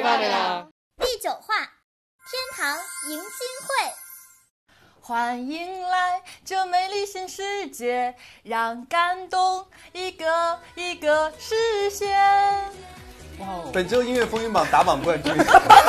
第9话，天堂迎新会。 欢迎来这美丽新世界，让感动一个一个实现。 本周音乐风云榜打榜冠军。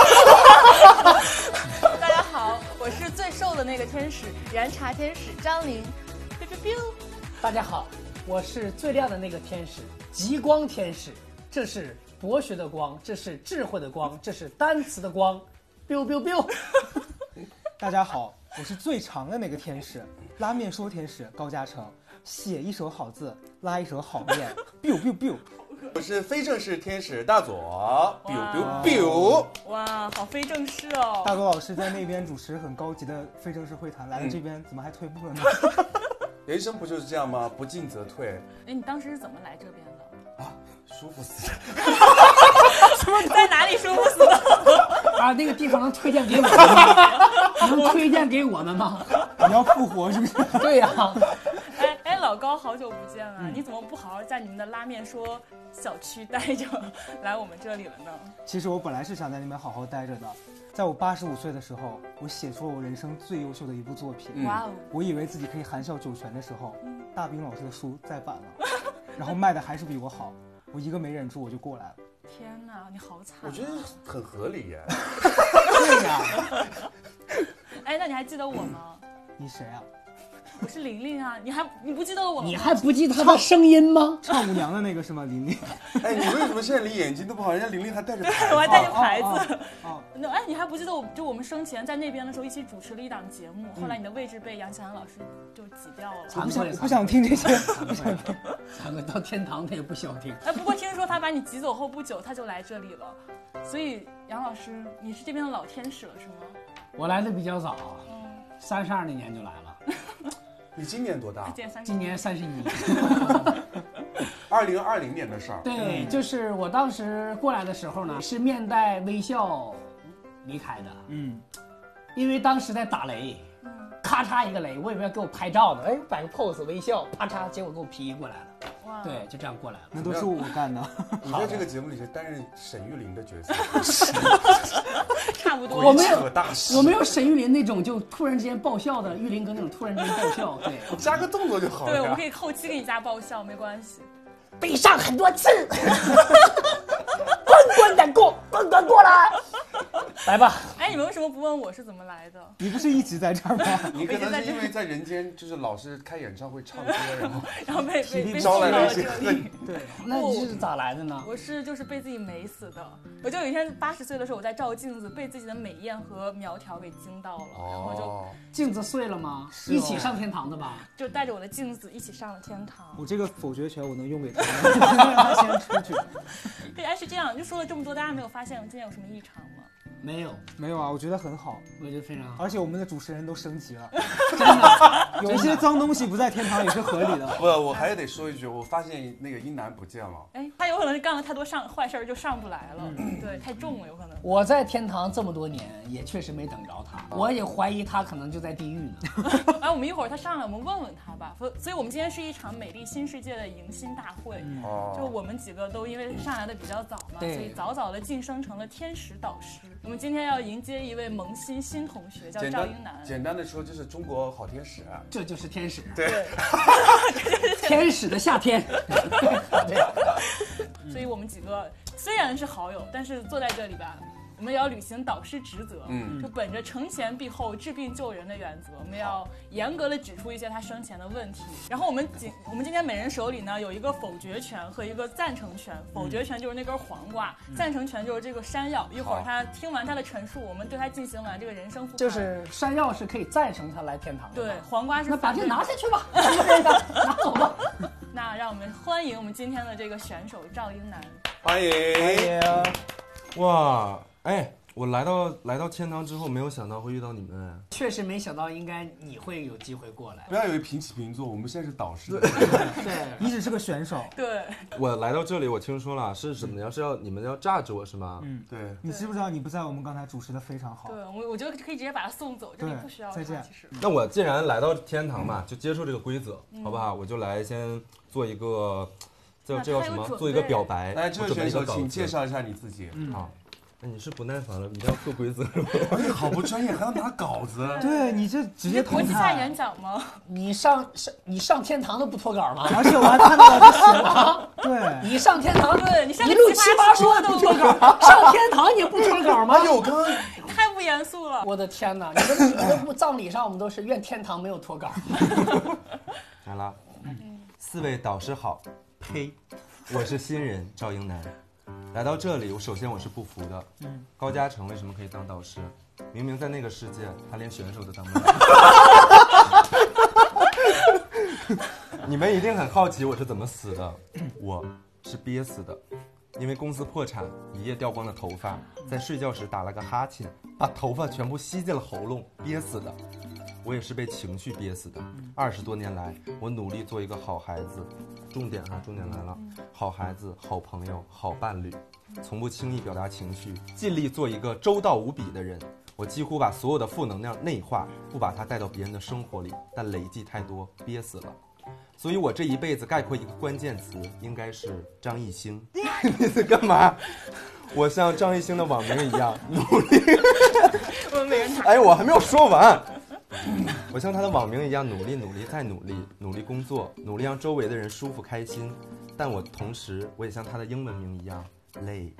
大家好，我是最瘦的那个天使，燃茶天使张琳。 大家好，我是最亮的那个天使，极光天使。这是博学的光，这是智慧的光，这是单词的光。biu biu biu。 大家好，我是最长的那个天使，拉面说天使高嘉诚，写一手好字，拉一手好面。biu biu biu。 我是非正式天使大佐。biu biu biu。 哇，好非正式哦！ 大佐老师在那边主持很高级的非正式会谈，来了这边怎么还退步了呢？ 人生不就是这样吗？不进则退。 哎，你当时是怎么来这边的？ 啊，舒服死了。 在哪里舒服死了？ 啊，那个地方能推荐给我们吗？能推荐给我们吗？ 你要复活是不是？ 对呀、 哎，老高，好久不见了，你怎么不好好在你们的拉面说小区待着，来我们这里了呢？ 其实我本来是想在那边好好待着的，在我85岁的时候，我写出了我人生最优秀的一部作品。 哇哦！ 我以为自己可以含笑九泉的时候，大兵老师的书再版了，然后卖的还是比我好，我一个没忍住我就过来了。 天哪，你好惨、啊！ 我觉得很合理耶。 对呀。 哎，那你还记得我吗？ 你谁啊？ 我是玲玲啊，你不记得我吗？ 你还不记得他的声音吗？ 唱舞娘的那个是吗？玲玲。 哎，你为什么现在离眼睛都不好？人家玲玲还带着牌子。 我还带着牌子。 哦。 哎，你还不记得我们生前在那边的时候一起主持了一档节目，后来你的位置被杨晓阳老师就挤掉了。 我不想听这些，不想听。 咱们到天堂他也不想听。 哎，不过听说他把你挤走后不久他就来这里了，所以杨老师你是这边的老天使了是吗？ 我来的比较早，32那年就来了。 你今年多大？ 今年31。 2020年的事儿。 对，就是我当时过来的时候呢，是面带微笑离开的。因为当时在打雷，咔嚓一个雷，我以为要给我拍照呢，哎，摆个 pose 微笑，啪嚓，结果给我劈过来了。哇，对，就这样过来了。 那都是我干的。 你在这个节目里是担任沈玉琳的角色。 差不多。 我没有沈玉琳那种就突然之间爆笑的玉林哥那种突然之间爆笑，对， 加个动作就好了。 对，我们可以后期给你加爆笑，没关系。 背上很多刺，滚滚过来，来吧。 哎，你们为什么不问我是怎么来的？ 你不是一直在这儿吗？ 你可能是因为在人间，就是老是开演唱会唱歌， 然后被招来了一些恨。 对，那你是咋来的呢？ 我是就是被自己美死的。我就有一天80岁的时候，我在照镜子，被自己的美艳和苗条给惊到了，然后就镜子碎了吗？一起上天堂的吧？ 就带着我的镜子一起上了天堂。 我这个否决权我能用给他，让他先出去。 对，哎，是这样，就说了这么多，大家没有发现今天有什么异常吗？ 没有啊，我觉得很好， 我觉得非常好， 而且我们的主持人都升级了， 真的， 有一些脏东西不在天堂也是合理的。 不，我还得说一句，我发现那个一男不见了。 哎，他有可能是干了太多坏事就上不来了，对，太重了有可能。 我在天堂这么多年，也确实没等着他，我也怀疑他可能就在地狱呢。 哎，我们一会儿他上来，我们问问他吧。所以我们今天是一场美丽新世界的迎新大会，就我们几个都因为上来的比较早嘛，所以早早的晋升成了天使导师。我们今天要迎接一位萌新同学，叫赵英男。 简单的说，就是中国好天使。 这就是天使。 对， 天使的夏天。 所以我们几个虽然是好友，但是坐在这里吧，我们也要履行导师职责，就本着承前避后、治病救人的原则，我们要严格的指出一些他生前的问题。然后我们今天每人手里呢有一个否决权和一个赞成权，否决权就是那根黄瓜，赞成权就是这个山药。一会儿他听完他的陈述，我们对他进行完这个人生复盘。 就是山药是可以赞成他来天堂的， 对，黄瓜是。 那把这拿下去吧，这个拿走吧。 那让我们欢迎我们今天的这个选手赵英男， 欢迎。 哇，哎，我来到天堂之后，没有想到会遇到你们， 确实没想到应该你会有机会过来。 不要以为平起平坐，我们现在是导师。 对， 你只是个选手。 对， 我来到这里，我听说了是什么呀？是你们要榨着我是吗？ 对。 你知不知道你不在我们刚才主持的非常好？ 对，我觉得可以直接把他送走，这里不需要他。其实。 那我既然来到天堂嘛，就接受这个规则，好不好？我就来先做一个。这叫什么？做一个表白。 来，这位选手，请介绍一下你自己。 好， 那你是不耐烦了，一定要做规则。 而且好不专业，还要拿稿子。 对你这直接国际赛演讲吗？ 你上天堂都不脱稿吗？ 而且我还看到了这写的，对， 你上天堂， 对你上一路七八说都不脱稿，上天堂你也不脱稿吗？ 哎呦，我刚刚太不严肃了。 我的天哪！你们葬礼上我们都是愿天堂没有脱稿。 来了，4位导师好，呸，我是新人赵英男。来到这里，首先我是不服的。高嘉诚为什么可以当导师？明明在那个世界，他连选手都当不了。你们一定很好奇我是怎么死的，我是憋死的，因为公司破产，一夜掉光了头发，在睡觉时打了个哈欠，把头发全部吸进了喉咙，憋死的。我也是被情绪憋死的。20多年来，我努力做一个好孩子，重点来了，好孩子、好朋友、好伴侣，从不轻易表达情绪，尽力做一个周到无比的人。我几乎把所有的负能量内化，不把它带到别人的生活里，但累计太多，憋死了。所以我这一辈子概括一个关键词，应该是张艺兴。你在干嘛？我像张艺兴的网名一样努力。 我们每人哎，我还没有说完。我像他的网名一样努力再努力，努力工作，努力让周围的人舒服开心。但我同时，我也像他的英文名一样累。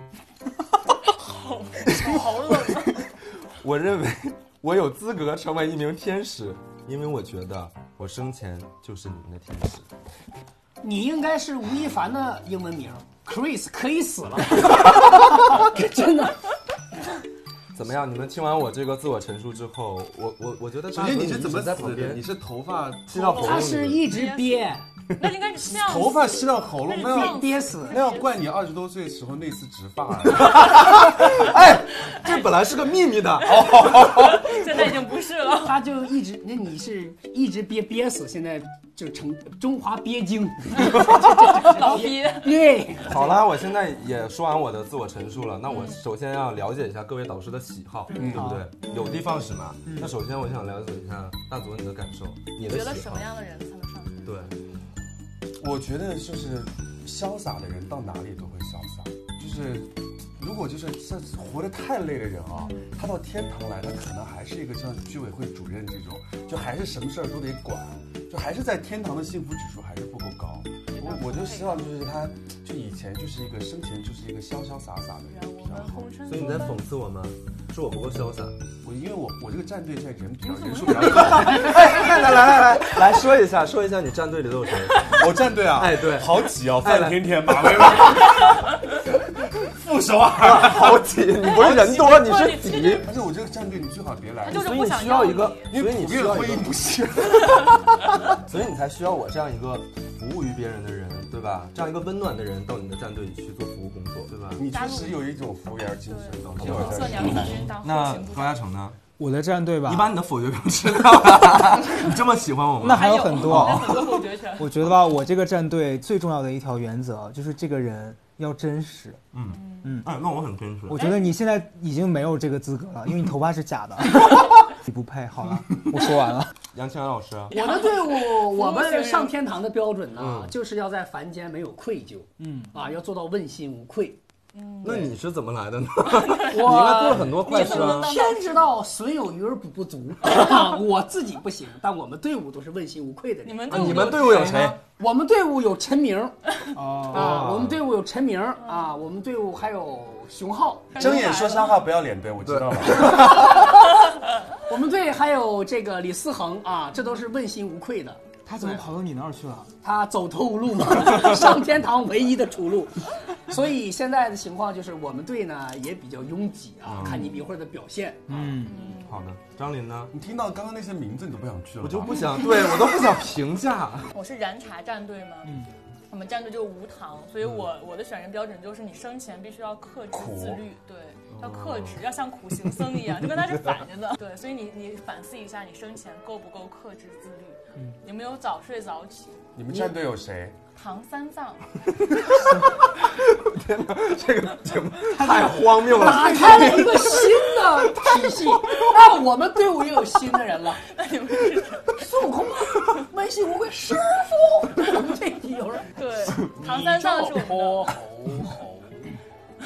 好冷啊！ 我认为我有资格成为一名天使，因为我觉得我生前就是你们的天使。 你应该是吴亦凡的英文名 ，Chris 可以死了，真的。 怎么样？你们听完我这个自我陈述之后，我觉得首先你是怎么在旁边？ 你是头发吸到喉咙里？ 他是一直憋， 那应该是这样。 头发吸到喉咙，那要憋死。 那要怪你20多岁时候那次植发。 哎，这本来是个秘密的， 现在已经不是了。 他就一直，那你是一直憋死，现在就成中华憋精， 老憋。 对， 好啦，我现在也说完我的自我陈述了。那我首先要了解一下各位导师的喜好，对不对？有的放矢嘛。那首先我想了解一下大佐你的感受，你的喜好。 觉得什么样的人才能上去？ 对， 我觉得就是潇洒的人到哪里都会潇洒，就是如果就是活得太累的人啊，他到天堂来，他可能还是一个像居委会主任这种，就还是什么事儿都得管，就还是在天堂的幸福指数还是不够高。我就希望就是他，就以前就是一个生前就是一个潇潇洒洒的人比较好。 所以你在讽刺我吗？说我不够潇洒？ 因为我这个战队现在人数比较多。 来说一下你战队里都有谁？ 我战队啊， 哎对， 好挤哦，范甜甜、马薇薇、傅首尔， 好挤，你不是人多，你是挤。 而且我这个战队你最好别来， 就是所以你需要一个， 因为普遍婚姻不幸， 所以你才需要我这样一个服务于别人的人，对吧？这样一个温暖的人到你的战队里去做服务工作，对吧？ 你确实有一种服务员精神。 做娘子军当后那勤部高嘉诚呢？ 我的战队吧， 你把你的否决权吃掉了，你这么喜欢我吗？ 那还有很多。 很多否决权。 我觉得吧，我这个战队最重要的一条原则就是这个人要真实。 那我很真实。 我觉得你现在已经没有这个资格了，因为你头发是假的，你不配。好了，我说完了。 杨清安老师， 我的队伍，我们上天堂的标准呢，就是要在凡间没有愧疚，要做到问心无愧。 那你是怎么来的呢？你应该做了很多坏事啊。 天知道损有余而补不足，我自己不行，但我们队伍都是问心无愧的人。 你们队伍有谁？ 我们队伍有陈明，我们队伍有陈明啊，我们队伍还有熊浩。 睁眼说瞎话不要脸，对，我知道了。 我们队还有这个李思恒啊，这都是问心无愧的。 他怎么跑到你那儿去了？ 他走投无路嘛，上天堂唯一的出路。所以现在的情况就是我们队呢也比较拥挤啊，看你们一会儿的表现。 好的，张琳呢？ 你听到刚刚那些名字你都不想去了？ 我就不想，对我都不想评价。 我是燃茶战队嘛，我们战队就无糖，所以我的选人标准就是你生前必须要克制自律，对，要克制，要像苦行僧一样，就跟他是反着的。对，所以你反思一下，你生前够不够克制自律？有没有早睡早起？ 你们战队有谁？ 唐三藏。 天哪，这个节目太荒谬了， 打开了一个新的体系。那我们队伍也有新的人了。 那你们是孙悟空啊，问心无愧，师傅。我们这批有人。 对，唐三藏是我们的。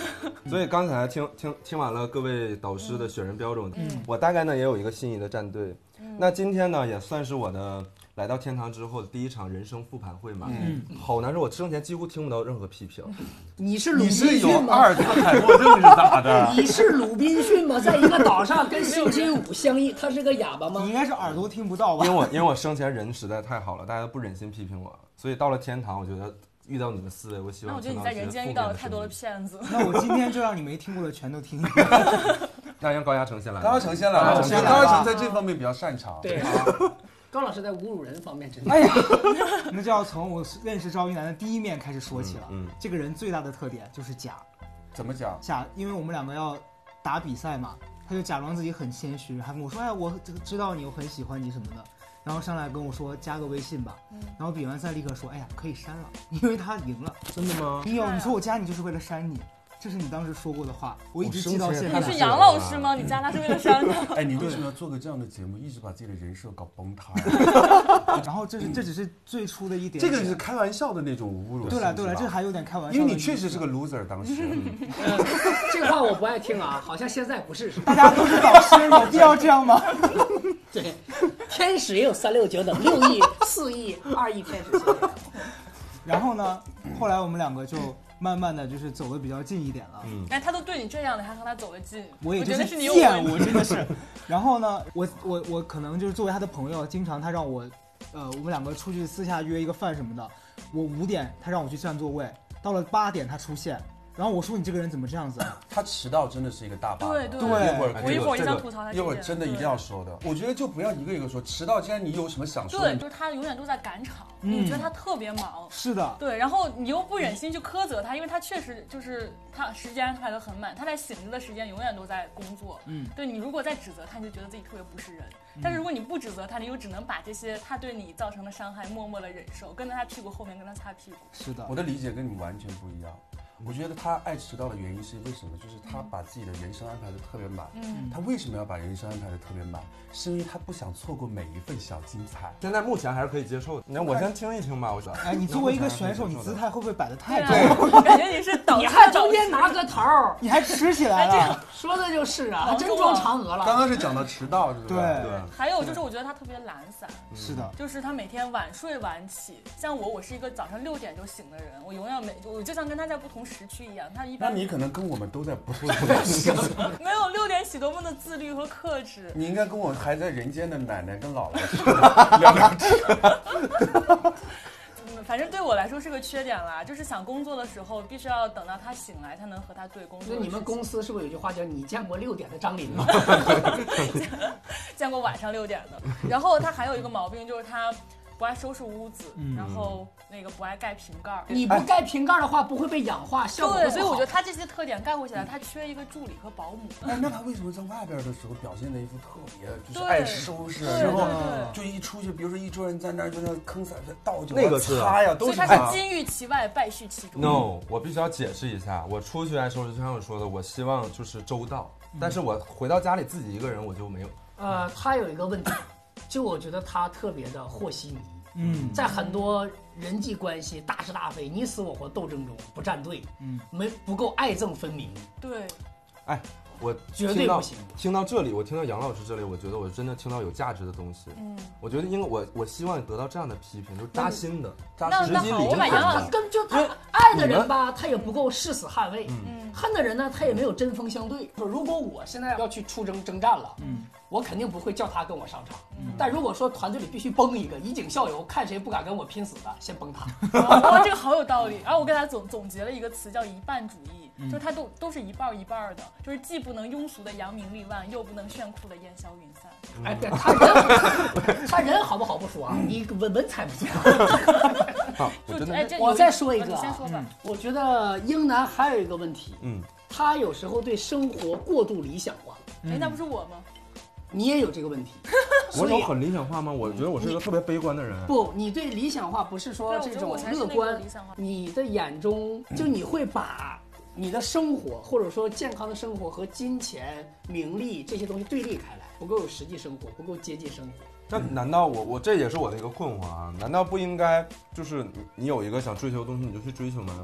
所以刚才听完了各位导师的选人标准，我大概呢也有一个心仪的战队。那今天呢也算是我的来到天堂之后的第一场人生复盘会嘛。好难受，我生前几乎听不到任何批评。 你是鲁滨有逊吗？ 阿尔兹海默症是咋的？ 你是鲁滨逊吗？在一个岛上跟星期五相依，他是个哑巴吗你？应该是耳朵听不到吧？ 因为我生前人实在太好了，大家都不忍心批评我，所以到了天堂，我觉得遇到你们4位，我希望。 那我觉得你在人间遇到了太多的骗子。 那我今天就让你没听过的全都听一遍。 那让高嘉诚先来。 高嘉诚先来吧，我觉得高嘉诚在这方面比较擅长。 对，高老师在侮辱人方面真的。 哎呀，那就要从我认识赵一楠的第一面开始说起了。这个人最大的特点就是假。 怎么讲？ 假，因为我们两个要打比赛嘛，他就假装自己很谦虚，还跟我说：“哎，我知道你，我很喜欢你什么的。”然后上来跟我说加个微信吧，然后比完赛立刻说：“哎呀，可以删了，因为他赢了。” 真的吗？ 你说我加你就是为了删你。这是你当时说过的话，我一直记到现在。 你是杨老师吗？你加他是为了删他？ 哎，你为什么要做个这样的节目，一直把自己的人设搞崩塌呀？ 然后这只是最初的一点， 这个是开玩笑的那种侮辱。 对了，这还有点开玩笑。 因为你确实是个 loser， 当时。 这个话我不爱听啊，好像现在不是。 大家都是导师，有必要这样吗？ 对，天使也有369等6亿、4亿、2亿天使。 然后呢，后来我们两个就慢慢的就是走得比较近一点了。 哎，他都对你这样了，还和他走得近， 我也觉得是你有贱，我真的是。然后呢，我可能就是作为他的朋友，经常他让我，我们两个出去私下约一个饭什么的，我5点他让我去占座位，到了8点他出现。然后我说你这个人怎么这样子？ 他迟到真的是一个大 bug。 对，我一会儿也想吐槽他。 一会儿真的一定要说的。我觉得就不要一个一个说，迟到既然你有什么想说的？ 对，就是他永远都在赶场，你觉得他特别忙。 是的。 对，然后你又不忍心去苛责他，因为他确实就是他时间安排得很满，他在醒着的时间永远都在工作。对你如果再指责他，你就觉得自己特别不是人。但是如果你不指责他，你又只能把这些他对你造成的伤害默默的忍受，跟在他屁股后面跟他擦屁股。 是的， 我的理解跟你们完全不一样。我觉得他爱迟到的原因是为什么？就是他把自己的人生安排的特别满。他为什么要把人生安排的特别满？是因为他不想错过每一份小精彩。 现在目前还是可以接受的。那我先听一听吧，我觉得。 哎，你作为一个选手，你姿态会不会摆得太高？我感觉你是导， 你还中间拿个头， 你还吃起来了。 说的就是啊，还真装嫦娥了。 刚刚是讲到迟到，是不是？ 对。 还有就是，我觉得他特别懒散。 是的。 就是他每天晚睡晚起，像我是一个早上6点就醒的人，我永远我就像跟他在不同时区一样。他一般。 那你可能跟我们都在不同的时区。 没有6点起多么的自律和克制。 你应该跟我还在人间的奶奶跟姥姥两个吃。 反正对我来说是个缺点啦，就是想工作的时候必须要等到他醒来才能和他对工作。 那你们公司是不是有句话叫"你见过6点的张琳吗？" 见过晚上6点的。然后他还有一个毛病，就是他不爱收拾屋子，然后那个不爱盖瓶盖。 你不盖瓶盖的话，不会被氧化，效果对，所以我觉得他这些特点概括起来，他缺一个助理和保姆。 哎，那他为什么在外边的时候表现的一副特别就是爱收拾，然后就一出去，比如说一桌人在那儿就那坑洒倒酒， 那个是擦呀，都是所以他是金玉其外，败絮其中。 No， 我必须要解释一下，我出去爱收拾，就像我说的，我希望就是周到，但是我回到家里自己一个人，我就没有。 他有一个问题，就我觉得他特别的和稀泥。在很多人际关系大是大非、你死我活斗争中不站队，不够爱憎分明。 对， 哎，我绝对不行。 听到这里，我听到杨老师这里，我觉得我真的听到有价值的东西。我觉得因为我希望得到这样的批评，就是扎心的， 扎心里。我把杨老师就他爱的人吧，他也不够誓死捍卫；恨的人呢，他也没有针锋相对。说如果我现在要去出征战了，我肯定不会叫他跟我上场。但如果说团队里必须崩一个，以儆效尤，看谁不敢跟我拼死的，先崩他。 哇，这个好有道理。然后我给他总结了一个词，叫一半主义，就是他都是一半一半的，就是既不能庸俗的扬名立万，又不能炫酷的烟消云散。 哎，对，他人好不好不说啊，你文采不错。我再说一个， 你先说吧。 我觉得英男还有一个问题，他有时候对生活过度理想化。 哎，那不是我吗？ 你也有这个问题。 我有很理想化吗？我觉得我是一个特别悲观的人。 不，你对理想化不是说这种乐观，你的眼中就你会把你的生活或者说健康的生活和金钱、名利这些东西对立开来，不够有实际生活，不够接近生活。 那难道我这也是我的一个困惑啊？难道不应该就是你有一个想追求的东西你就去追求吗？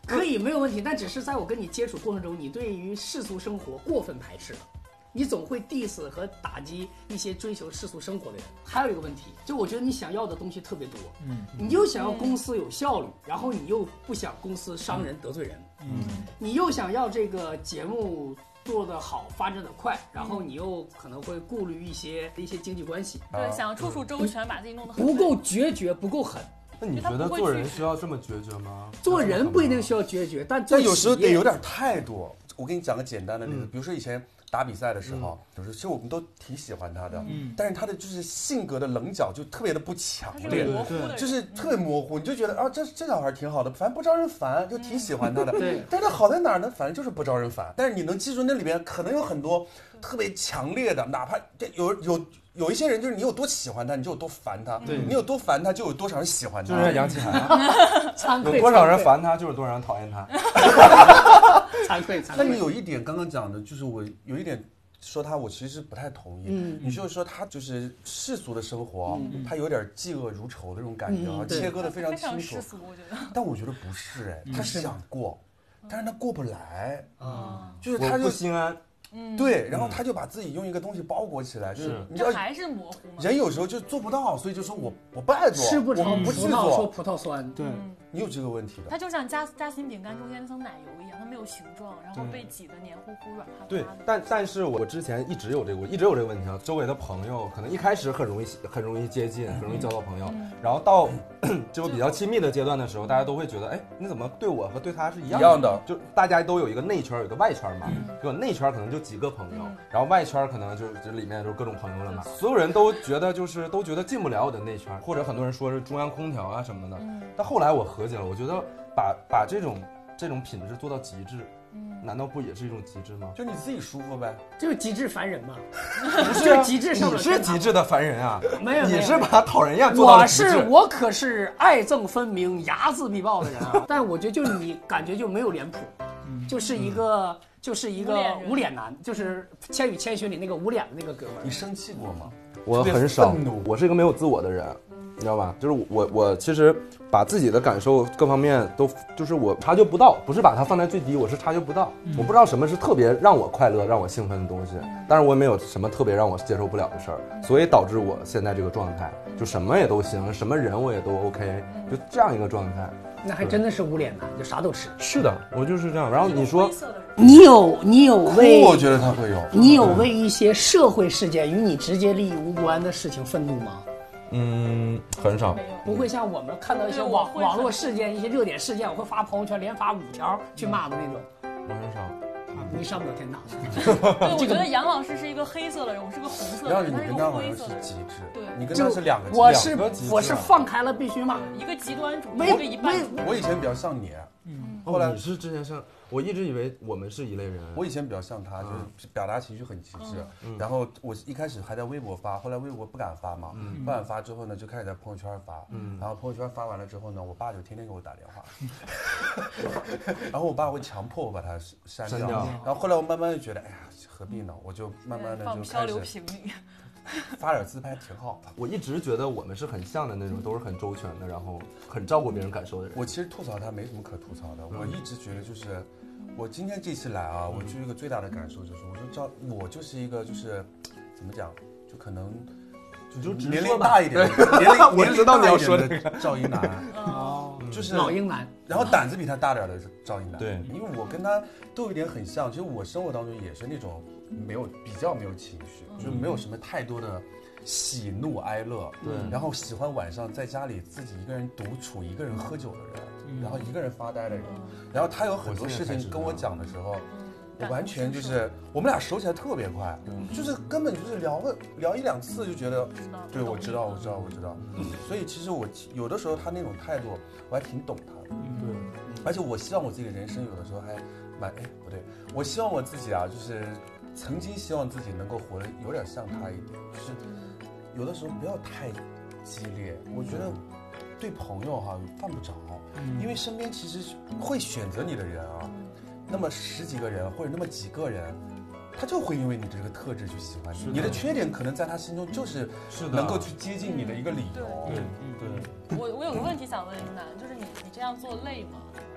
可以没有问题，但只是在我跟你接触过程中，你对于世俗生活过分排斥了。你总会 diss 和打击一些追求世俗生活的人。还有一个问题，就我觉得你想要的东西特别多，你又想要公司有效率，然后你又不想公司伤人得罪人，你又想要这个节目做得好，发展得快，然后你又可能会顾虑一些经济关系， 对，想处处周全，把自己弄得很不够决绝，不够狠。 那你觉得做人需要这么决绝吗？ 做人不一定需要决绝，但有时候得有点态度。我给你讲个简单的例子，比如说以前打比赛的时候，就是其实我们都挺喜欢他的，但是他的就是性格的棱角就特别的不强烈，就是特别模糊，你就觉得啊，这小孩挺好的，反正不招人烦，就挺喜欢他的。 对， 但是他好在哪儿呢？反正就是不招人烦。但是你能记住那里边可能有很多特别强烈的，哪怕这有一些人，就是你有多喜欢他，你就有多烦他；你有多烦他，就有多少人喜欢他。 就是杨奇涵，有多少人烦他，就是多少人讨厌他。 惭愧。 那你有一点刚刚讲的，就是我有一点说他，我其实不太同意。你就是说他就是世俗的生活，他有点嫉恶如仇的那种感觉啊，切割的非常清楚。 世俗，我觉得。 但我觉得不是哎，他想过，但是他过不来啊，就是他就不心安。 对，然后他就把自己用一个东西包裹起来，就是你知道还是模糊吗？ 人有时候就做不到，所以就说我不爱做， 吃不着不去说做， 葡萄酸。 对， 你有这个问题的。 它就像夹心饼干中间那层奶油一样，它没有形状，然后被挤得黏糊糊、软趴趴的。 对，但是我之前一直有这个问题啊，周围的朋友可能一开始很容易接近，很容易交到朋友，然后到就比较亲密的阶段的时候，大家都会觉得，哎，你怎么对我和对他是一样的？就大家都有一个内圈，有一个外圈嘛，就内圈可能就几个朋友。然后外圈可能就里面就是各种朋友了嘛，所有人都觉得进不了我的内圈，或者很多人说是中央空调啊什么的。但后来我合计了，我觉得把这种品质做到极致，难道不也是一种极致吗？ 就你自己舒服呗， 就是极致烦人嘛。 不是就极致上你是极致的烦人啊， 没有， 你是把讨人厌做到了极致。 我可是爱憎分明、睚眦必报的人啊。但我觉得就你感觉就没有脸谱，就是一个无脸男，就是《千与千寻》里那个无脸的那个哥们儿。 你生气过吗？ 我很少，我是一个没有自我的人，你知道吧？就是我其实把自己的感受各方面都就是我察觉不到，不是把它放在最低，我是察觉不到，我不知道什么是特别让我快乐、让我兴奋的东西，但是我也没有什么特别让我接受不了的事儿，所以导致我现在这个状态，就什么也都行，什么人我也都 OK， 就这样一个状态。 那还真的是无脸男，就啥都吃。 是的，我就是这样。然后你说， 你有为， 我觉得他会有。 你有为一些社会事件与你直接利益无关的事情愤怒吗？ 很少。 不会像我们看到一些网络事件、一些热点事件，我会发朋友圈连发5条去骂的那种。 我很少。 你上不了天堂。 对，我觉得杨老师是一个黑色的人，我是个红色的人，他是个灰色的人。 极致， 对， 你跟他是两个极致。我是放开了必须骂， 一个极端主义，一个一半。 我以前比较像你， 后来你是之前像我一直以为我们是一类人。 我以前比较像他，就是表达情绪很极致。然后我一开始还在微博发，后来微博不敢发嘛，不敢发之后呢，就开始在朋友圈发。然后朋友圈发完了之后呢，我爸就天天给我打电话，然后我爸会强迫我把它删掉。然后后来我慢慢就觉得，哎呀，何必呢？我就慢慢的就开始发点自拍挺好的。 我一直觉得我们是很像的那种，都是很周全的，然后很照顾别人感受的人。 我其实吐槽他没什么可吐槽的，我一直觉得就是我今天这次来啊，我就一个最大的感受就是，我就是一个就是怎么讲，就可能就是年龄大一点， 我知道你要说这个赵英男就是老英男， 然后胆子比他大点的赵英男。 对， 因为我跟他都有点很像，其实我生活当中也是那种比较没有情绪，就是没有什么太多的喜怒哀乐。 对， 然后喜欢晚上在家里自己一个人独处、一个人喝酒的人，然后一个人发呆的人。然后他有很多事情跟我讲的时候，我完全就是我们俩熟起来特别快，就是根本就是聊1-2次就觉得，对，我知道。所以其实我有的时候他那种态度，我还挺懂他的。对，而且我希望我自己的人生有的时候还不对，我希望我自己啊，就是曾经希望自己能够活得有点像他一点，就是有的时候不要太激烈。我觉得对朋友犯不着，因为身边其实会选择你的人啊，那么10几个人或者那么几个人，他就会因为你这个特质去喜欢你，你的缺点可能在他心中就是能够去接近你的一个理由。 对。我有个问题想问云南，就是你这样做累吗？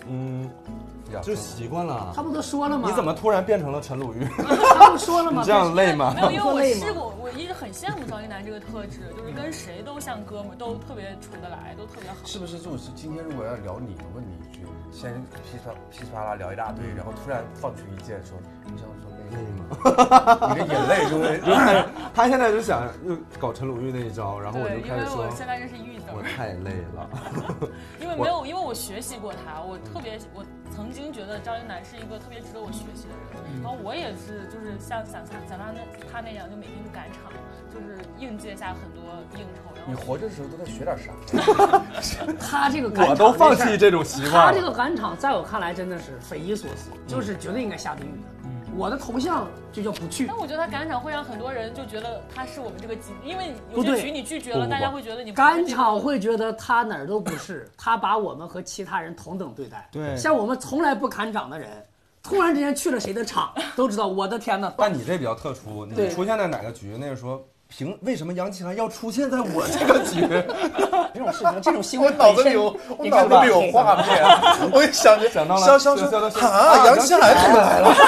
就习惯了。 他不都说了吗？ 你怎么突然变成了陈鲁豫？ 他不说了吗？ 你这样累吗？ 没有，因为我试过，我一直很羡慕张一楠这个特质，就是跟谁都像哥们，都特别处得来，都特别好。 是不是就是今天如果要聊你，问你一句，先噼里啪啦聊一大堆，然后突然放出一件说，你这样说累吗？你的眼泪就会。 他现在就想又搞陈鲁豫那一招，然后我就开始说， 因为我现在认识玉子， 我太累了。 因为我学习过他，我曾经觉得张一楠是一个特别值得我学习的人，然后我也是就是像他那样，就每天去赶场，就是应接下很多应酬。然后你活着的时候都在学点啥？ 他这个赶场我都放弃这种习惯。 他这个赶场在我看来真的是匪夷所思，就是绝对应该下地狱的。我的头像就叫不去。 但我觉得他赶场会让很多人就觉得他是我们这个级，因为有些局你拒绝了，大家会觉得你赶场会觉得他哪儿都不是，他把我们和其他人同等对待。 对， 像我们从来不赶场的人，突然之间去了谁的场，都知道我的天哪！ 但你这比较特殊，你出现在哪个局，那个时候为什么杨奇涵要出现在我这个局？ 这种事情，这种新闻， 我脑子里有画面，我也想到了。潇说啊，杨奇涵怎么来了？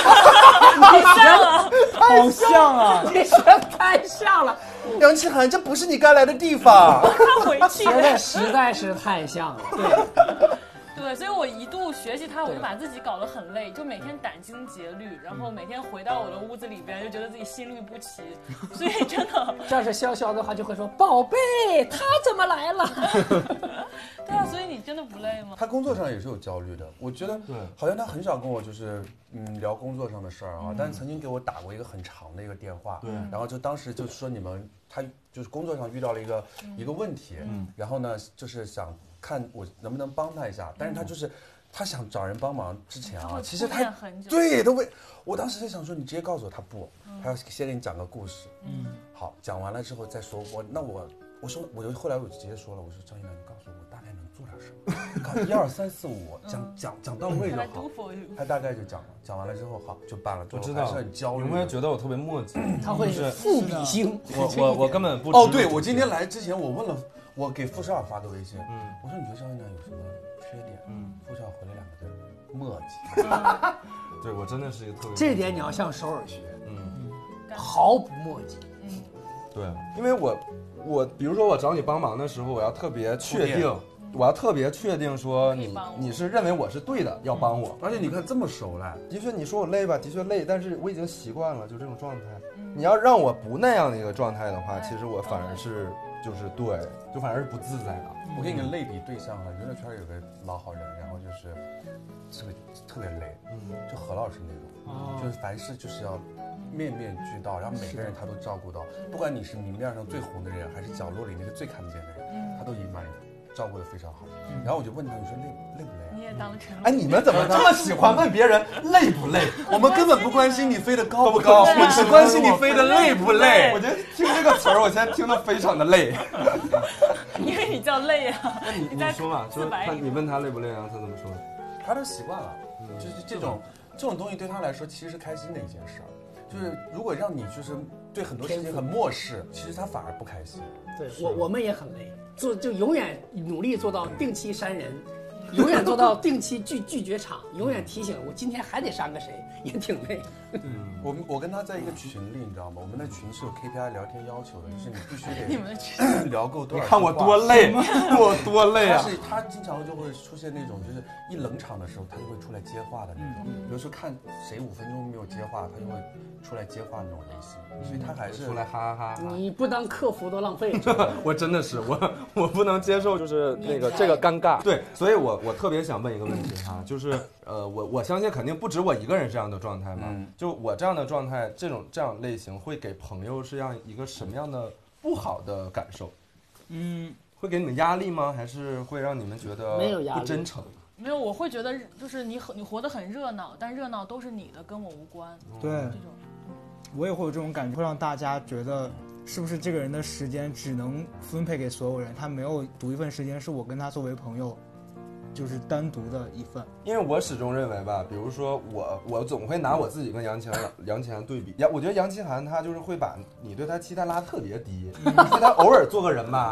好像啊！ 你学太像了， 杨奇涵，这不是你该来的地方。 看回去， 实在是太像了。 对，所以我一度学习他，我就把自己搞得很累，就每天殚精竭虑，然后每天回到我的屋子里边，就觉得自己心律不齐，所以真的， 要是潇潇的话，就会说：“宝贝，他怎么来了？” 对啊，所以你真的不累吗？ 他工作上也是有焦虑的，我觉得好像他很少跟我就是聊工作上的事儿啊，但是曾经给我打过一个很长的一个电话，然后就当时就说他就是工作上遇到了一个问题，然后呢就是想看我能不能帮他一下，但是他想找人帮忙之前啊，其实他都会，我当时就想说你直接告诉我他不，他要先给你讲个故事，好，讲完了之后再说我说后来我就直接说了，我说张一楠，你告诉我大概能做点什么，1、2、3、4、5讲到位就好。他大概就讲完了之后好就办了。 我知道， 还是很焦虑。 有没有觉得我特别磨叽？ 他会是富比星。 我根本不。 哦，对，我今天来之前我问了，我给傅少发个微信，我说你觉得张一楠有什么缺点？傅少回了2个字，磨叽。 对，我真的是一个特别。 这点你要向首尔学，毫不磨叽。 对，因为我比如说我找你帮忙的时候，我要特别确定说你是认为我是对的，要帮我。 而且你看这么熟了， 的确你说我累吧，的确累，但是我已经习惯了就这种状态。你要让我不那样的一个状态的话，其实我反而是就是对，就反而是不自在了。 我给你个类比对象啊，娱乐圈有个老好人，然后就是特别累，就何老师那种，就是凡事就是要面面俱到，然后每个人他都照顾到，不管你是明面上最红的人，还是角落里那个最看不见的人，他都已经把你照顾得非常好。然后我就问他，你说累不累啊？ 你也当了陈。 哎，你们怎么这么喜欢问别人累不累？ 我们根本不关心你飞得高不高，我们只关心你飞得累不累。 我觉得听这个词儿，我现在听得非常的累。 因为你叫累啊。 那你说嘛，说你问他累不累啊？他怎么说？ 他都习惯了，就是这种东西对他来说其实是开心的一件事儿。就是如果让你就是对很多事情很漠视，其实他反而不开心。 对，我们也很累，就永远努力做到定期删人，永远做到定期拒绝场，永远提醒我今天还得删个谁，也挺累。 我跟他在一个群里，你知道吗？我们的群是有 KPI 聊天要求的，就是你必须得你们的群聊够多少。 你看我多累，我多累啊！ 他经常就会出现那种，就是一冷场的时候，他就会出来接话的那种。比如说看谁5分钟没有接话，他就会出来接话那种类型。所以他还是出来哈哈哈。 你不当客服都浪费。 我真的是我不能接受，就是这个尴尬。对，所以我特别想问一个问题哈，就是我相信肯定不止我一个人这样的状态嘛。就我这样的状态，这样类型会给朋友是一个什么样的不好的感受？会给你们压力吗？还是会让你们觉得没有压力不真诚？ 没有，我会觉得就是你活得很热闹，但热闹都是你的，跟我无关。 对， 这种我也会有这种感觉，会让大家觉得是不是这个人的时间只能分配给所有人，他没有独一份时间是我跟他作为朋友就是单独的一份。因为我始终认为吧，比如说我总会拿我自己跟杨奇涵对比，我觉得杨奇涵他就是会把你对他期待拉特别低，所以他偶尔做个人吧，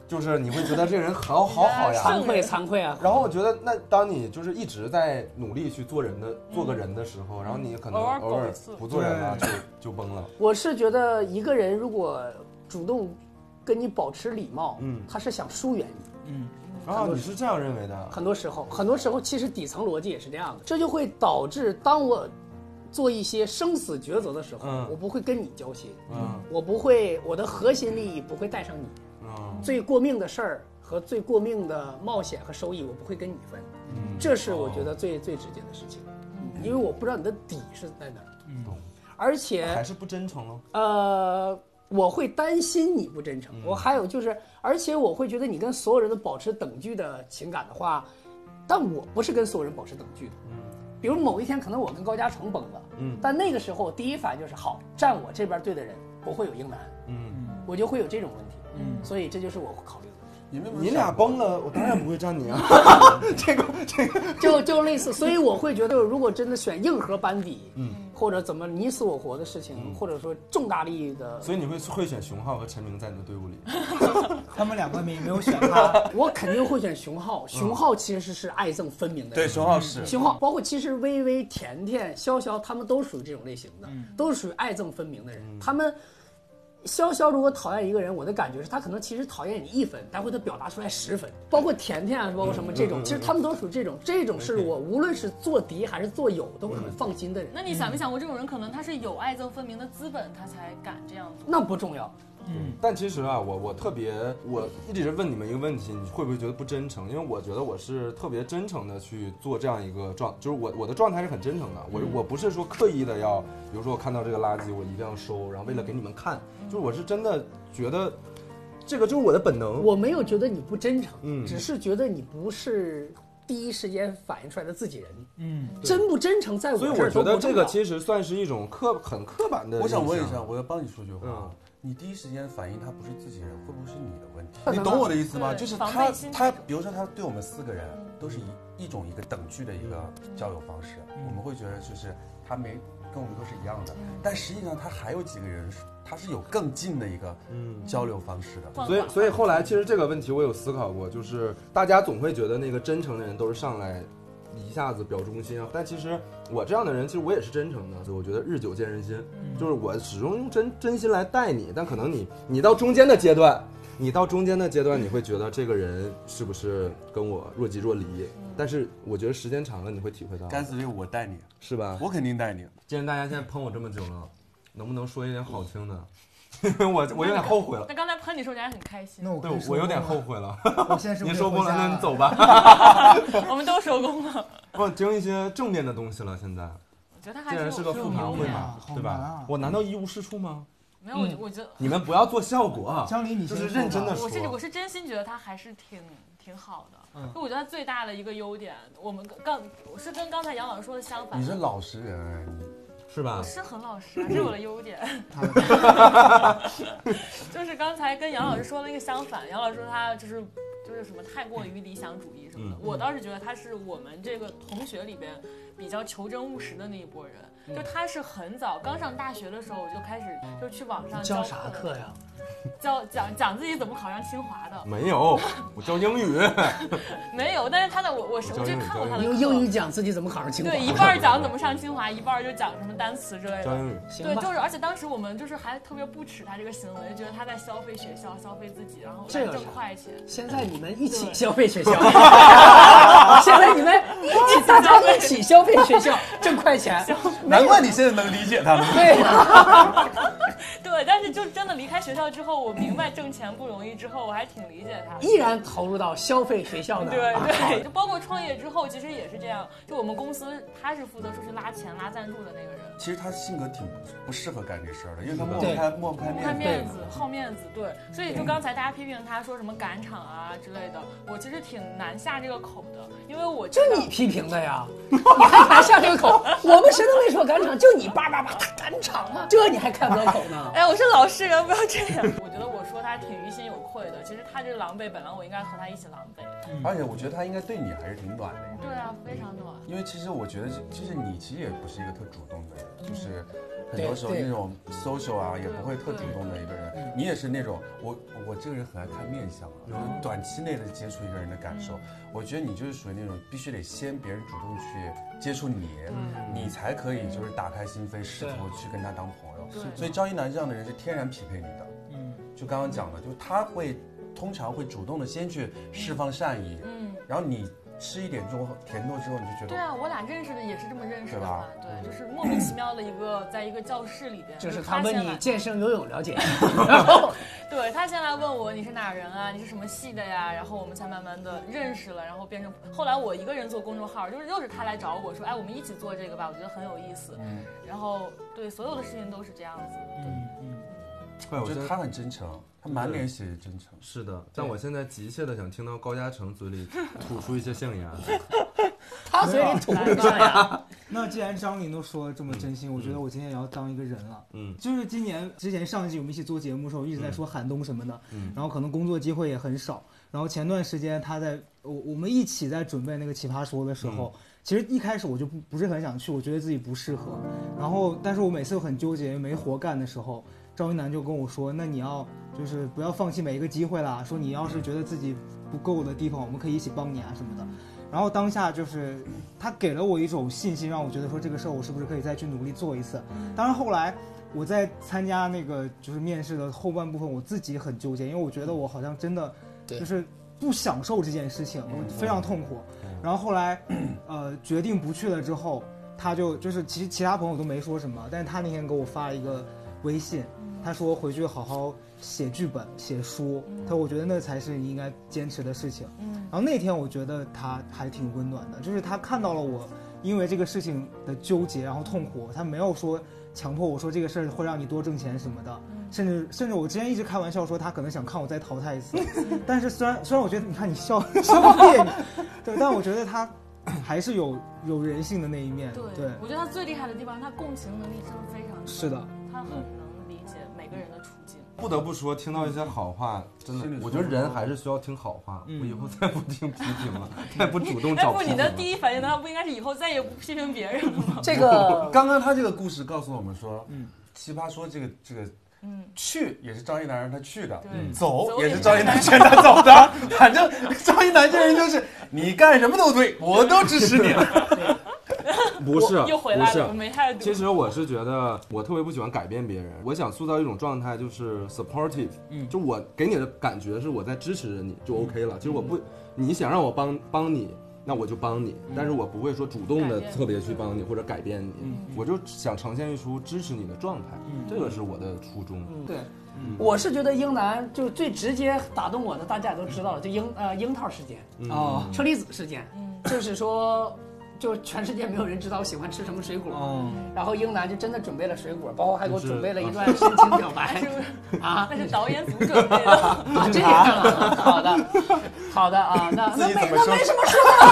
就是你会觉得这个人好呀， 惭愧啊。 然后我觉得，那当你就是一直在努力去做个人的时候，然后你可能偶尔不做人了，就崩了。 我是觉得一个人如果主动跟你保持礼貌，他是想疏远你。 你是这样认为的？ 很多时候，其实底层逻辑也是这样的，这就会导致当我做一些生死抉择的时候，我不会跟你交心，我不会，我的核心利益不会带上你，最过命的事儿和最过命的冒险和收益，我不会跟你分，这是我觉得最直接的事情，因为我不知道你的底是在哪儿，而且还是不真诚喽。 我会担心你不真诚，我还有就是，而且我会觉得你跟所有人都保持等距的情感的话，但我不是跟所有人保持等距的。比如某一天可能我跟高嘉诚崩了，但那个时候第一反应就是好，站我这边队的人不会有英男，我就会有这种问题，所以这就是我考虑的。 你俩崩了，我当然不会站你啊。这个就类似，所以我会觉得，如果真的选硬核班底，或者怎么你死我活的事情，或者说重大利益的， 所以你会选熊浩和陈明在你的队伍里。 他们两个没有选他， 我肯定会选熊浩。熊浩其实是爱憎分明的人， 对，熊浩是熊浩，包括其实微微、甜甜、潇潇，他们都属于这种类型的，都是属于爱憎分明的人，他们。潇潇如果讨厌一个人，我的感觉是他可能其实讨厌你1分，但会他表达出来10分。包括甜甜啊，包括什么这种，其实他们都属于这种是我无论是做敌还是做友都会很放心的人。 那你想没想过，这种人可能他是有爱憎分明的资本，他才敢这样做？ 那不重要。 但其实啊，我一直问你们一个问题，你会不会觉得不真诚？因为我觉得我是特别真诚的去做这样一个就是我的状态是很真诚的。我不是说刻意的要，比如说我看到这个垃圾我一定要收，然后为了给你们看，就是我是真的觉得这个就是我的本能。 我没有觉得你不真诚，只是觉得你不是第一时间反映出来的自己人。真不真诚在我这儿都不重要。 所以我觉得这个其实算是一种很刻板的。 我想问一下，我要帮你说句话。你第一时间反应他不是自己人，会不会是你的问题？你懂我的意思吗？就是他，比如说他对我们4个人都是一个等距的一个交友方式，我们会觉得就是他跟我们都是一样的，但实际上他还有几个人他是有更近的一个交流方式的。 所以后来其实这个问题我有思考过，就是大家总会觉得那个真诚的人都是上来一下子表忠心啊，但其实我这样的人，其实我也是真诚的，所以我觉得日久见人心，就是我始终用真心来待你，但可能你到中间的阶段，你会觉得这个人是不是跟我若即若离，但是我觉得时间长了你会体会到， 干脆我带你， 是吧？ 我肯定带你。 既然大家现在喷我这么久了，能不能说一点好听的？因为我有点后悔了。 那刚才喷你时候你还很开心。 那我有点后悔了。 我现在是您收工了，那你走吧。 我们都收工了。 我听一些正面的东西了。现在， 我觉得他还既然是个复盘会嘛，对吧？我难道一无是处吗？ 没有，我觉得你们不要做效果啊。 江离，你就是认真的说。 我是真心觉得他还是挺好的。就我觉得他最大的一个优点，我是跟刚才杨老师说的相反。 你是老实人， 是吧？ 我是很老实啊，这是我的优点。就是刚才跟杨老师说的那个相反，杨老师说他就是什么太过于理想主义什么的，我倒是觉得他是我们这个同学里边比较求真务实的那一波人。就他是很早刚上大学的时候就开始就去网上教啥课呀？ 讲自己怎么考上清华的。 没有，我教英语。 没有，但是他的我就看过他的用英语讲自己怎么考上清华。 对，一半讲怎么上清华，一半就讲什么单词之类的。 教英语。 对，就是而且当时我们就是还特别不耻他这个行为，觉得他在消费学校，消费自己，然后来挣快钱。 现在你们一起消费学校。现在你们大家一起消费学校，挣快钱。 难怪你现在能理解他们。 对，但是就真的离开学校之后，我明白挣钱不容易之后，我还挺理解他， 依然投入到消费学校的。 对，就包括创业之后，其实也是这样。就我们公司，他是负责出去拉钱、拉赞助的那个人。 其实他性格挺不适合干这事儿的，因为他抹不开面子， 好面子。对，所以就刚才大家批评他说什么赶场啊之类的，我其实挺难下这个口的，因为我就你批评的呀，你还难下这个口？我们谁都没说赶场，就你叭叭叭，他赶场啊，这你还开不了口呢？ 哎，我是老实人，不要这样。我觉得我说他还挺于心有愧的。其实他这狼狈，本来我应该和他一起狼狈。 而且我觉得他应该对你还是挺暖的。 对啊，非常暖。 因为其实我觉得，就是你其实也不是一个特主动的人，就是很多时候那种 social 啊，也不会特主动的一个人。你也是那种，我这个人很爱看面相啊，就是短期内的接触一个人的感受。我觉得你就是属于那种必须得先别人主动去接触你，你才可以就是打开心扉，试图去跟他当朋友。所以赵一楠这样的人是天然匹配你的。就刚刚讲的，就是他会通常会主动的先去释放善意，然后你吃一点这种甜头之后，你就觉得对啊，我俩认识的也是这么认识的嘛，对，就是莫名其妙的在一个教室里边， 就是他问你健身游泳了解， 然后对他先来问我你是哪人啊，你是什么系的呀，然后我们才慢慢的认识了，然后变成后来我一个人做公众号，就是又是他来找我说，哎，我们一起做这个吧，我觉得很有意思，然后对所有的事情都是这样子， 对，我觉得他很真诚。他满脸写着真诚， 是的，但我现在急切的想听到高嘉诚嘴里吐出一些象牙。 他嘴里吐出象牙。 那既然张琳都说这么真心，我觉得我今天也要当一个人了。就是今年之前上一季我们一起做节目的时候，一直在说寒冬什么的，然后可能工作机会也很少。然后前段时间他在我们一起在准备那个奇葩说的时候，其实一开始我就不是很想去，我觉得自己不适合。然后但是我每次都很纠结，没活干的时候，赵一楠就跟我说，那你要就是不要放弃每一个机会啦，说你要是觉得自己不够的地方，我们可以一起帮你啊什么的。然后当下就是他给了我一种信心，让我觉得说这个事儿我是不是可以再去努力做一次。当然后来我在参加那个就是面试的后半部分，我自己很纠结，因为我觉得我好像真的就是不享受这件事情，我非常痛苦。然后后来决定不去了之后，他就是其他朋友都没说什么，但是他那天给我发了一个微信，他说回去好好写剧本写书，他说我觉得那才是你应该坚持的事情。然后那天我觉得他还挺温暖的，就是他看到了我因为这个事情的纠结然后痛苦，他没有说强迫我说这个事儿会让你多挣钱什么的，甚至我之前一直开玩笑说他可能想看我再淘汰一次，但是虽然我觉得你看你笑别扭，对，但我觉得他还是有人性的那一面。对， 我觉得他最厉害的地方，他共情能力真的非常强。 是的， 他很能理解每个人的处境。 不得不说，听到一些好话，真的，我觉得人还是需要听好话。我以后再不听批评了，再不主动找批评了。 不，你的第一反应难道不应该是以后再也不批评别人了吗？ 这个刚刚他这个故事告诉我们说，奇葩说这个。去也是张一楠让他去的，走也是张一楠劝他走的。反正张一楠这人就是你干什么都对，我都支持你。 不是， 又回来了，没态度。 其实我是觉得，我特别不喜欢改变别人，我想塑造一种状态，就是 supportive，就我给你的感觉是我在支持着你，就 OK 了。其实我不，你想让我帮你。那我就帮你，但是我不会说主动的特别去帮你或者改变你，我就想呈现一出支持你的状态，这个是我的初衷。 对，我是觉得英男就最直接打动我的，大家也都知道了，就樱桃事件车厘子事件，就是说。就全世界没有人知道我喜欢吃什么水果，然后英男就真的准备了水果，包括还给我准备了一段深情表白啊，那是导演组准备的啊，这样啊，好的啊，那没什么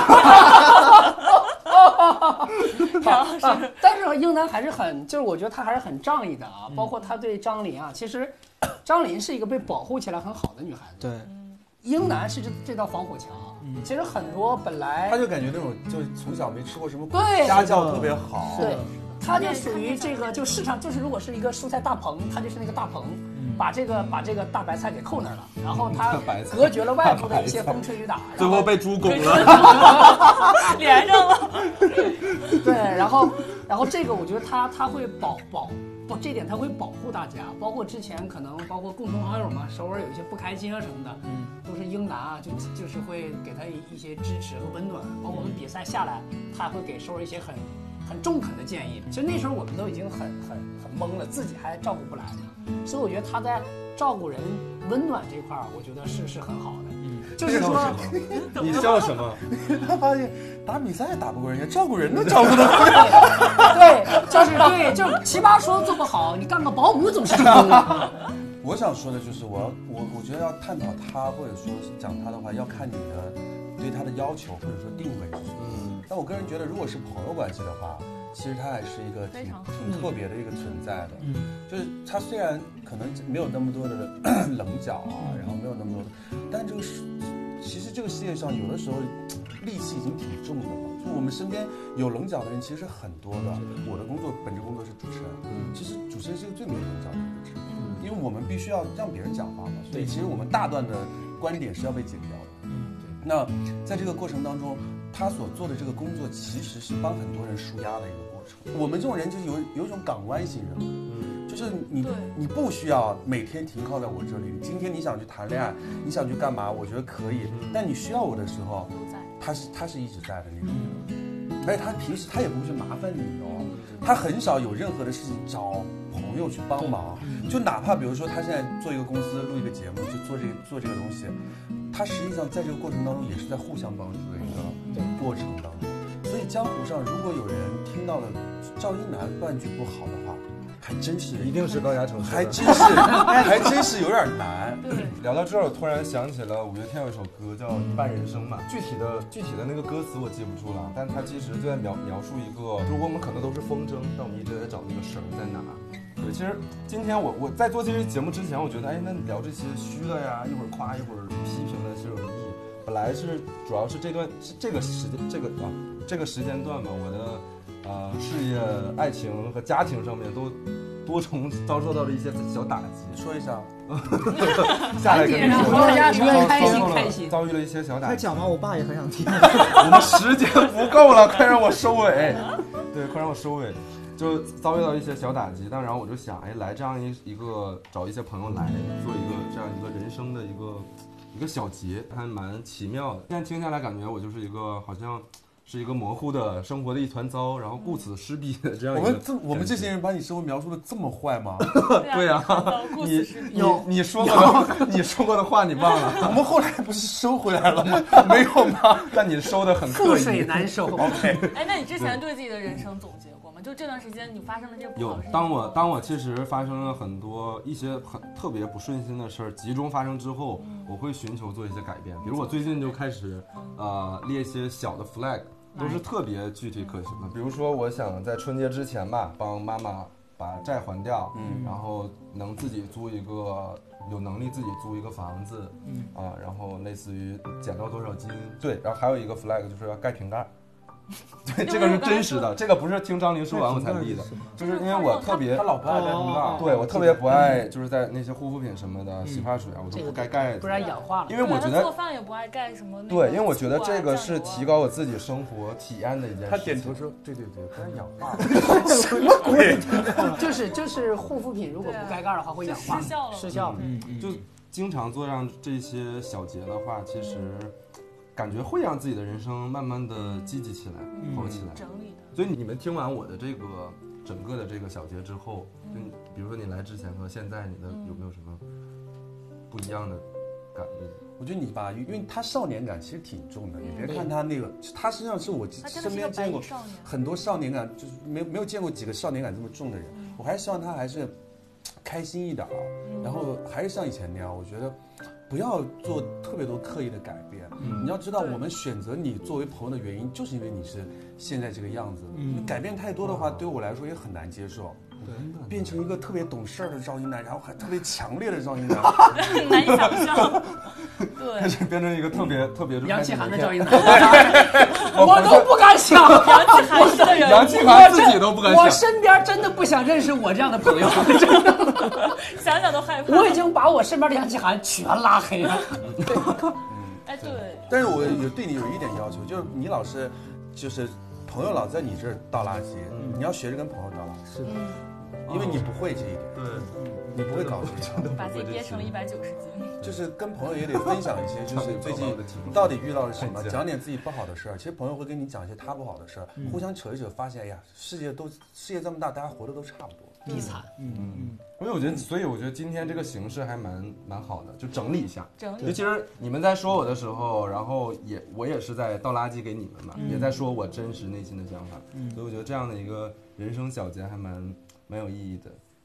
说的，但是英男还是很，就是我觉得他还是很仗义的啊，包括他对张琳啊，其实张琳是一个被保护起来很好的女孩子， 对， 英男是这道防火墙。其实很多本来他就感觉那种就是从小没吃过什么苦， 对， 家教特别好， 对，他就属于这个就市场就是如果是一个蔬菜大棚，他就是那个大棚，把这个大白菜给扣那儿了，然后他隔绝了外部的一些风吹雨打， 最后被猪拱了， 连上了， 对，然后这个我觉得他会保这点他会保护大家，包括之前可能包括共同好友嘛，首尔有一些不开心啊什么的，都是英男啊，就是会给他一些支持和温暖，包括我们比赛下来，他会给首尔一些很中肯的建议。其实那时候我们都已经很懵了，自己还照顾不来呢，所以我觉得他在照顾人、温暖这块儿，我觉得是很好的。就是说， 你笑什么？ 他发现打比赛打不过人家，照顾人都照顾得过。 对，就是奇葩说做不好，你干个保姆总是成功的。 我想说的就是，我觉得要探讨他或者说讲他的话，要看你的对他的要求或者说定位是什么。但我个人觉得，如果是朋友关系的话， 其实他还是一个挺特别的一个存在的。就是他虽然可能没有那么多的棱角啊，然后没有那么多的，但这个其实这个世界上有的时候戾气已经挺重的了。就我们身边有棱角的人其实很多的。我的本职工作是主持人，其实主持人是个最没有棱角的人，因为我们必须要让别人讲话嘛，所以其实我们大段的观点是要被剪掉的。那在这个过程当中，他所做的这个工作其实是帮很多人舒压的一个过程。我们这种人就是有一种港湾型人，就是你不需要每天停靠在我这里。今天你想去谈恋爱，你想去干嘛，我觉得可以。但你需要我的时候，他是一直在的那种人。而且他平时他也不会去麻烦你哦，他很少有任何的事情找朋友去帮忙。就哪怕比如说他现在做一个公司录一个节目，就做这个东西。他实际上在这个过程当中也是在互相帮助的一个过程当中，所以江湖上如果有人听到了赵英男半句不好的话，还真是一定是高嘉诚， 还真是有点难。 聊到这儿，我突然想起了五月天有一首歌叫《一半人生》嘛，具体的那个歌词我记不住了，但它其实就在描述一个，就是我们可能都是风筝，但我们一直在找那个绳在哪。对，其实今天我在做这期节目之前，我觉得那聊这些虚的呀，一会儿夸一会儿批评的是有什么意义？本来是主要是这个时间段嘛，我的事业、爱情和家庭上面都多重遭受到了一些小打击。 说一下， 下来跟你说， 大家开心， 遭遇了一些小打击。 快讲吧，我爸也很想听。 我们时间不够了，快让我收尾。对，快让我收尾。就遭遇到一些小打击，然后我就想，来这样一个找一些朋友来做一个这样一个人生的一个小节，还蛮奇妙的。现在听下来，感觉我就是一个好像是一个模糊的生活的一团糟，然后顾此失彼的这样一个。 我们这些人把你生活描述的这么坏吗？ 对呀，你说过的话你忘了？ 我们后来不是收回来了吗？没有吗？ 但你收的很刻意。 覆水难收。 OK。 那你之前对自己的人生总结过吗？就这段时间你发生的这些不好的事情。 当我其实发生了一些特别不顺心的事儿集中发生之后，我会寻求做一些改变。比如我最近就开始列一些小的 flag， 都是特别具体可行的。比如说我想在春节之前吧，帮妈妈把债还掉，然后能自己租一个。有能力自己租一个房子，然后类似于减到多少斤，对，然后还有一个 flag 就是要盖瓶盖，对，这个是真实的，这个不是听张琳说完我才立的，就是因为我特别， 他老婆爱盖瓶盖， 对我特别不爱，就是在那些护肤品什么的洗发水啊，我都不盖盖子， 不然氧化了。 因为我觉得做饭也不爱盖什么， 对，因为我觉得这个是提高我自己生活体验的一件事。 他点头说，对，不然氧化。 什么鬼？就是护肤品如果不盖盖的话会氧化，失效了。 就经常做上这些小节的话，其实感觉会让自己的人生慢慢的积极起来，好起来， 整理的。 所以你们听完我的这个整个的这个小节之后，比如说你来之前和现在，你的有没有什么不一样的感悟？ 我觉得你吧，因为他少年感其实挺重的，你别看他那个，他实际上是我身边见过很多少年感，就是没有见过几个少年感这么重的人。我还是希望他还是开心一点啊，然后还是像以前那样，我觉得不要做特别多刻意的改变。你要知道，我们选择你作为朋友的原因，就是因为你是现在这个样子。你改变太多的话，对我来说也很难接受。变成一个特别懂事儿的赵英男，然后还特别强烈的赵英男， 很难以想象。对， 开始变成一个特别杨奇涵的赵英男，我都不敢想。 杨奇涵自己都不敢想。 我身边真的不想认识我这样的朋友，真的， 想想都害怕。 我已经把我身边的杨奇涵全拉黑了。 对。 但是我对你有一点要求，就是你老是就是朋友老在你这儿倒垃圾，你要学着跟朋友倒垃圾。是的。因为你不会这一点，对，你不会搞这个， 把自己憋成了190斤。 就是跟朋友也得分享一些，就是最近到底遇到了什么，讲点自己不好的事儿。其实朋友会跟你讲一些他不好的事儿，互相扯一扯，发现哎呀，世界这么大，大家活的都差不多。 悲惨， 所以我觉得今天这个形式还蛮好的，就整理一下。 就其实你们在说我的时候，然后我也是在倒垃圾给你们嘛，也在说我真实内心的想法。所以我觉得这样的一个人生小节还蛮有意义的。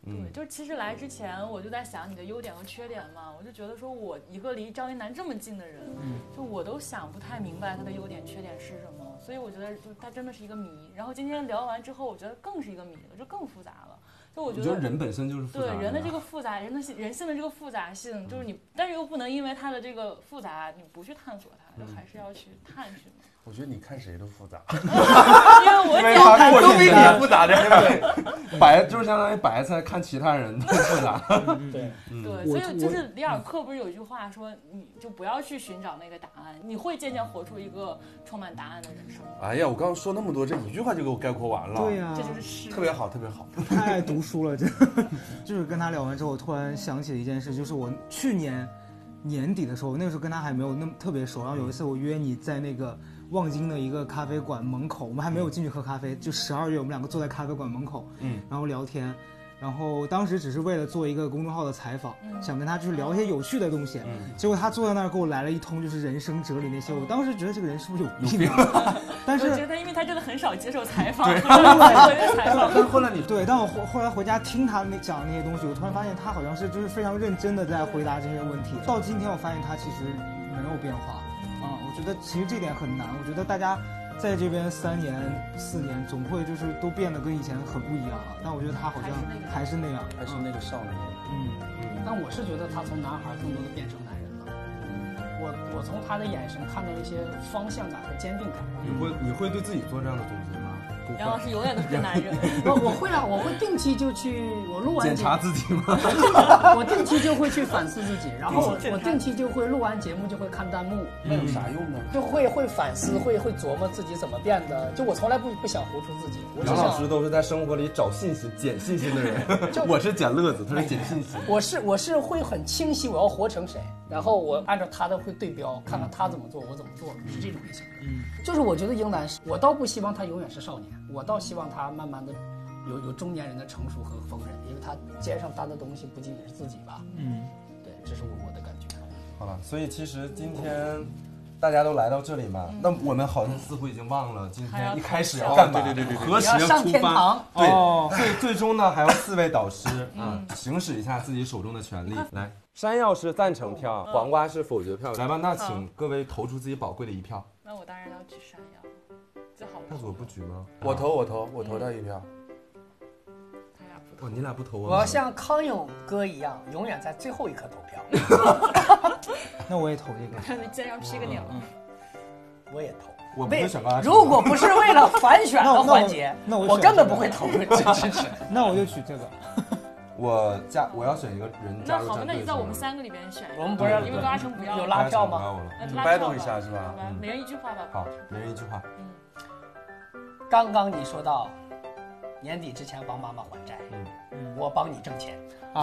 对，就是其实来之前我就在想你的优点和缺点嘛，我就觉得说我一个离赵一楠这么近的人，就我都想不太明白他的优点缺点是什么，所以我觉得就他真的是一个谜。然后今天聊完之后，我觉得更是一个谜了，就更复杂了。就我觉得人本身就是复杂的， 对人的这个复杂，人性的这个复杂性，就是你，但是又不能因为它的这个复杂，你不去探索它，就还是要去探寻。 我觉得你看谁都复杂， 因为我都比你复杂点，对，白就是相当于白菜看其他人都复杂。 对对，所以就是里尔克不是有一句话说，你就不要去寻找那个答案，你会渐渐活出一个充满答案的人生。 哎呀，我刚刚说那么多，这一句话就给我概括完了。 对呀， 这就是诗， 特别好，特别好。 太爱读书了，真的。就是跟他聊完之后，我突然想起了一件事，就是我去年年底的时候，那个时候跟他还没有那么特别熟，然后有一次我约你在那个望京的一个咖啡馆门口，我们还没有进去喝咖啡，就12月我们两个坐在咖啡馆门口，然后聊天。然后当时只是为了做一个公众号的采访，想跟他就是聊一些有趣的东西，结果他坐在那儿给我来了一通就是人生哲理那些，我当时觉得这个人是不是有病啊？但是我觉得因为他真的很少接受采访，很少接受采访。 但后来你对，但我后来回家听他讲的那些东西，我突然发现他好像是就是非常认真的在回答这些问题。到今天我发现他其实没有变化我觉得其实这点很难。我觉得大家在这边3年4年，总会就是都变得跟以前很不一样了。但我觉得他好像还是那样， 还是那个少年。 但我是觉得他从男孩更多的变成男人了。我从他的眼神看到一些方向感和坚定感。 你会对自己做这样的总结吗？ 杨老师永远都是个男人。 我会啊，我会定期就去，我录完检查自己吗？ 我定期就会去反思自己，然后我定期就会录完节目就会看弹幕。 那有啥用呢？ 就会反思，会琢磨自己怎么变的。就我从来不想活出自己。 杨老师都是在生活里找信息、捡信息的人，我是捡乐子，他是捡信息。 我是会很清晰我要活成谁，然后我按照他的会对标，看看他怎么做，我怎么做，是这种类型。就是我觉得英男，我倒不希望他永远是少年，我倒希望他慢慢的有中年人的成熟和丰人，因为他肩上担的东西不仅仅是自己吧。对，这是我的感觉。 好了，所以其实今天大家都来到这里嘛，那我们好像似乎已经忘了今天一开始要干嘛， 对， 何时要上出发？ 天堂。 对，最终呢还要4位导师行使一下自己手中的权利。来，山药是赞成票，黄瓜是否决票。来吧，那请各位投出自己宝贵的一票。 那我当然要举山药，最好那我不举吗？ 我投他一票。 他俩不投。 哦，你俩不投啊？ 我要像康永哥一样，永远在最后一刻投票。 那我也投这个。 看你竟然要劈个鸟。 我也投。 我不会选高。 如果不是为了反选的环节， 那我根本不会投支持。 那我就取这个。 我要选一个人加入战队。 那好，那你在我们3个里边选一个。 我们不是因为高阿成不要有拉票吗？ battle一下是吧？ 每人一句话吧。 好，每人一句话。 刚刚你说到年底之前帮妈妈还债，我帮你挣钱。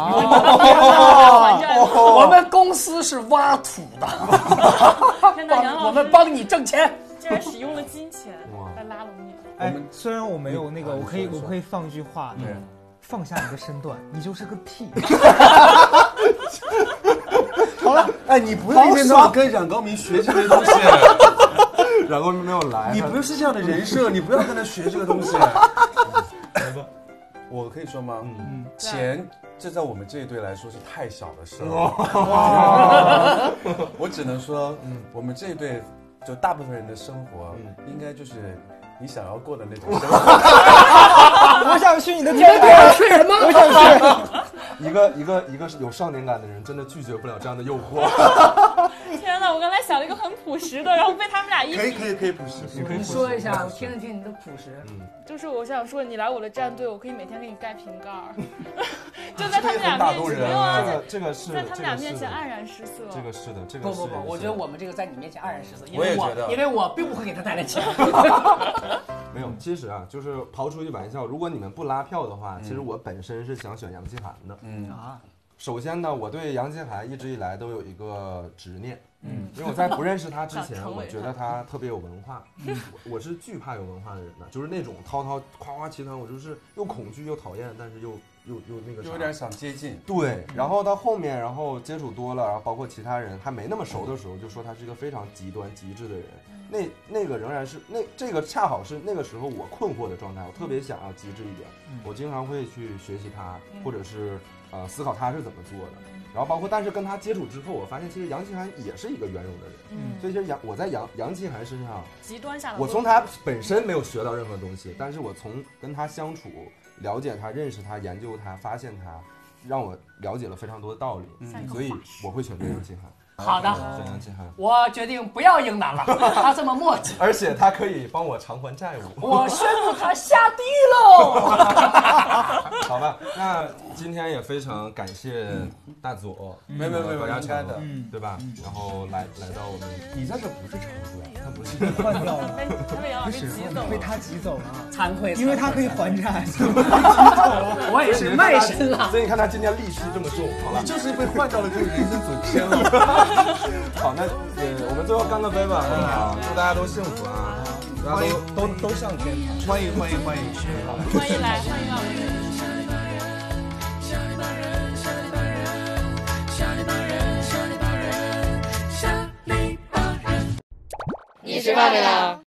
我们公司是挖土的，我们帮你挣钱。 竟然使用了金钱来拉拢你。 哎，虽然我没有那个，我可以放一句话，放下你的身段，你就是个屁。 好了，哎，你不要一天到晚跟冉高明学这些东西。 冉高明没有来， 你不是这样的人设，你不要跟他学这个东西。我可以说吗？钱这在我们这一队来说是太小的事了。我只能说，我们这一队就大部分人的生活，应该就是你想要过的那种生活。 我想去你的天堂， 去什么？ 我想去。 一个有少年感的人，真的拒绝不了这样的诱惑。 天哪，我刚才想了一个很朴实的，然后被他们俩一可以朴实。 你说一下，我听听你的朴实。 就是我想说，你来我的战队，我可以每天给你盖瓶盖儿。就在他们俩面前，没有啊， 这个是在他们俩面前黯然失色。 这个是的，这个不，我觉得我们这个在你面前黯然失色， 我也觉得， 因为我并不会给他带来钱。 没有，其实啊，就是刨出一玩笑，如果你们不拉票的话，其实我本身是想选杨奇涵的。首先呢，我对杨奇涵一直以来都有一个执念，因为我在不认识他之前，我觉得他特别有文化，我是惧怕有文化的人的，就是那种滔滔夸夸其谈，我就是又恐惧又讨厌，但是又那个啥， 有点想接近。 对，然后到后面，然后接触多了，然后包括其他人还没那么熟的时候，就说他是一个非常极端极致的人。那个仍然是这个恰好是那个时候我困惑的状态，我特别想要极致一点，我经常会去学习他，或者是思考他是怎么做的。然后包括但是跟他接触之后，我发现其实杨奇涵也是一个圆融的人，所以其实我在杨奇涵身上极端下的， 我从他本身没有学到任何东西，但是我从跟他相处、了解他、认识他、研究他、发现他，让我了解了非常多的道理，所以我会选择杨奇涵。 好的，我决定不要英男了，他这么墨迹， 而且他可以帮我偿还债务。 我宣布他下地喽！ 好吧，那今天也非常感谢大佐， 没高嘉诚的， 对吧？然后来到我们， 你在这不是橙子呀，他不是换掉了， 他被杨老师挤走了， 被他挤走了， 惭愧， 因为他可以还债， 我也是卖身了。 所以你看他今天戾气这么重，好了， 就是被换掉了，就是人生走偏了。 好，那我们最后干个杯吧，祝大家都幸福啊！大家都上天堂， 欢迎欢迎来，欢迎啊！ 你吃饭没啦？